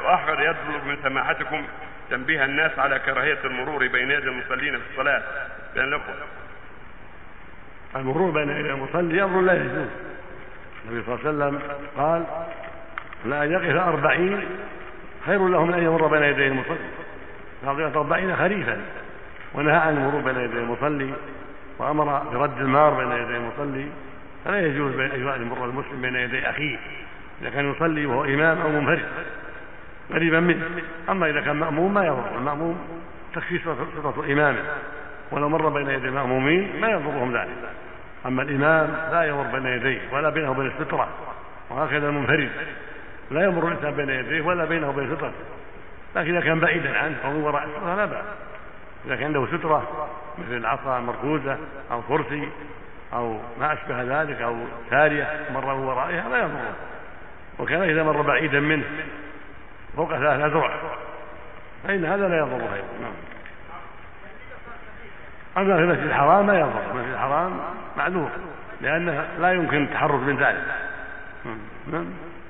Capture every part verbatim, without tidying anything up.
آخر يطلب من سماحتكم تنبيه الناس على كراهية المرور بين يدي المصلين في الصلاة بين الأخوة. المرور بين يدي المصلي أمر لا يجوز. النبي صلى الله عليه وسلم قال لا يقف أربعين خير له من أن يمر بين يدي المصلي، قال أربعين خريفا، ونهى عن المرور بين يدي المصلي وأمر برد المار بين يدي المصلي. فلا يجوز بين أن يمر المسلم بين يدي أخيه إذا كان يصلي وهو إمام أو منفرد قريبا منه. أما إذا كان مأموم ما يضر، المأموم تكفي سترة إمامه، ولو مر بين يدي المأمومين ما يضرهم ذلك. أما الإمام لا يمر بين يديه ولا بينه وبين السترة، وهكذا المنفرد لا يمر الإنسان بين يديه ولا بينه وبين سترة. لكن إذا كان بعيدا عنه أو من وراء السترة لا بأس. إذا كان له سترة مثل العصا المركوزة أو كرسي أو ما أشبه ذلك أو سارية مر من ورائها لا يضره. وكان إذا مر بعيدا منه فوق ثلاث أذرع فإن هذا لا يضره أيضا. نعم. أما في المسجد الحرام ما يضر، المسجد الحرام معذور لأنه لا يمكن التحرز من ذلك. نعم.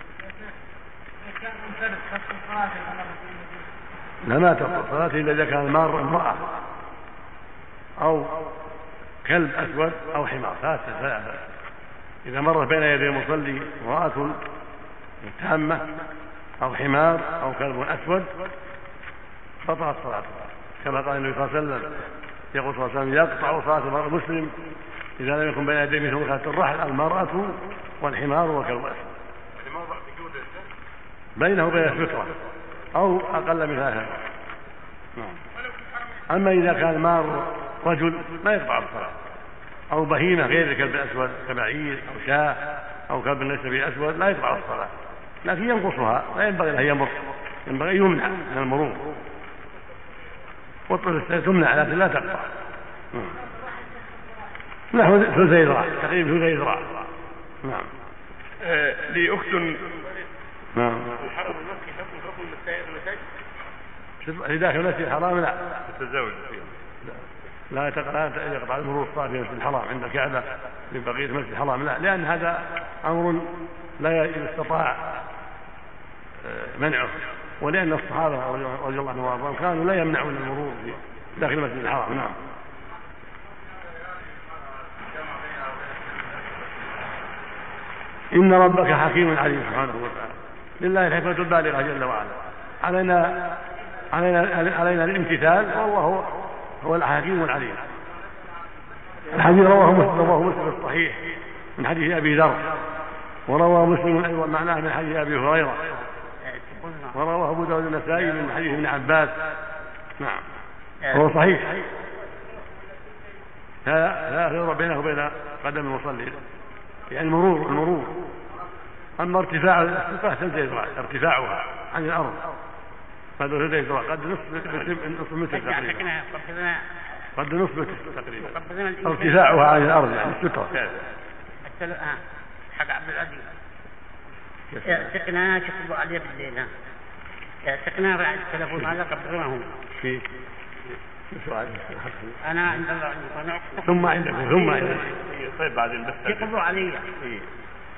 لا ما تقول صلاة إلا إذا كان المار امرأة أو كلب أسود أو حمار، ثلاثة. إذا مرت بين يدي المصلي امرأة تامة أو حمار أو كلب أسود بطلت صلاته، كما قال النبي صلى الله عليه وسلم يقول صلى الله عليه وسلم يقطع صلاة المرء المسلم إذا لم يكن بين يديه مثل وكالة الرحل المرأة والحمار وكلب أسود بينه وبين السترة أو أقل من ثلاثة. أما إذا كان مار رجل ما يقطع الصلاة أو بهيمة غير الكلب الأسود كبعير أو شاة أو كلب ليس به أسود لا يقطع الصلاة، لكن ينقصها، لا ينبغي له يمر، ينبغي يمنع من المرور، والطرق تمنع لكن لا تقطع. نحو ثلثي ذراع تقريبا ثلثي ذراع. نعم. آه لي أخت. نعم. الحرم المكي حكم حكم المساجد. في داخل المسجد الحرام لا التزوج لا لا يقطع المرور الصافي في المسجد الحرام عند الكعبة من بقية المسجد الحرام لا، لأن هذا أمر لا يستطاع منعه، ولأن الصحابة رضي الله عنهم وارضاهم كانوا لا يمنعون المرور في داخل المسجد الحرام. نعم. إن ربك حكيم عليم سبحانه وتعالى، لله الحكمة البالغة جل وعلا، علينا علينا علينا الامتثال، والله هو هو الحكيم العليم. الحديث رواه مسلم رواه مسلم الصحيح من حديث أبي ذر، وروى مسلم أيضا معناه من حديث أبي هريرة، ورواه أبو داود النسائي من حديث ابن عباس. نعم هو صحيح. لا يضر بينه وبين قدم المصلي يعني المرور المرور أما ارتفاع السترة ثلثي ذراع ارتفاعها عن الأرض قد ثلثي ذراع قد نصف نصف متر تقريبا قد نصف متر تقريبا ارتفاعها عن الأرض يعني السترة. حق عبد العزيز سقنا شكلوا عليه بالليل سقنا بعد التلفون هذا قبضناهم في أنا عند الله عندكم ثم عندكم ثم عندكم طيب بعدين بس يقبضوا علي.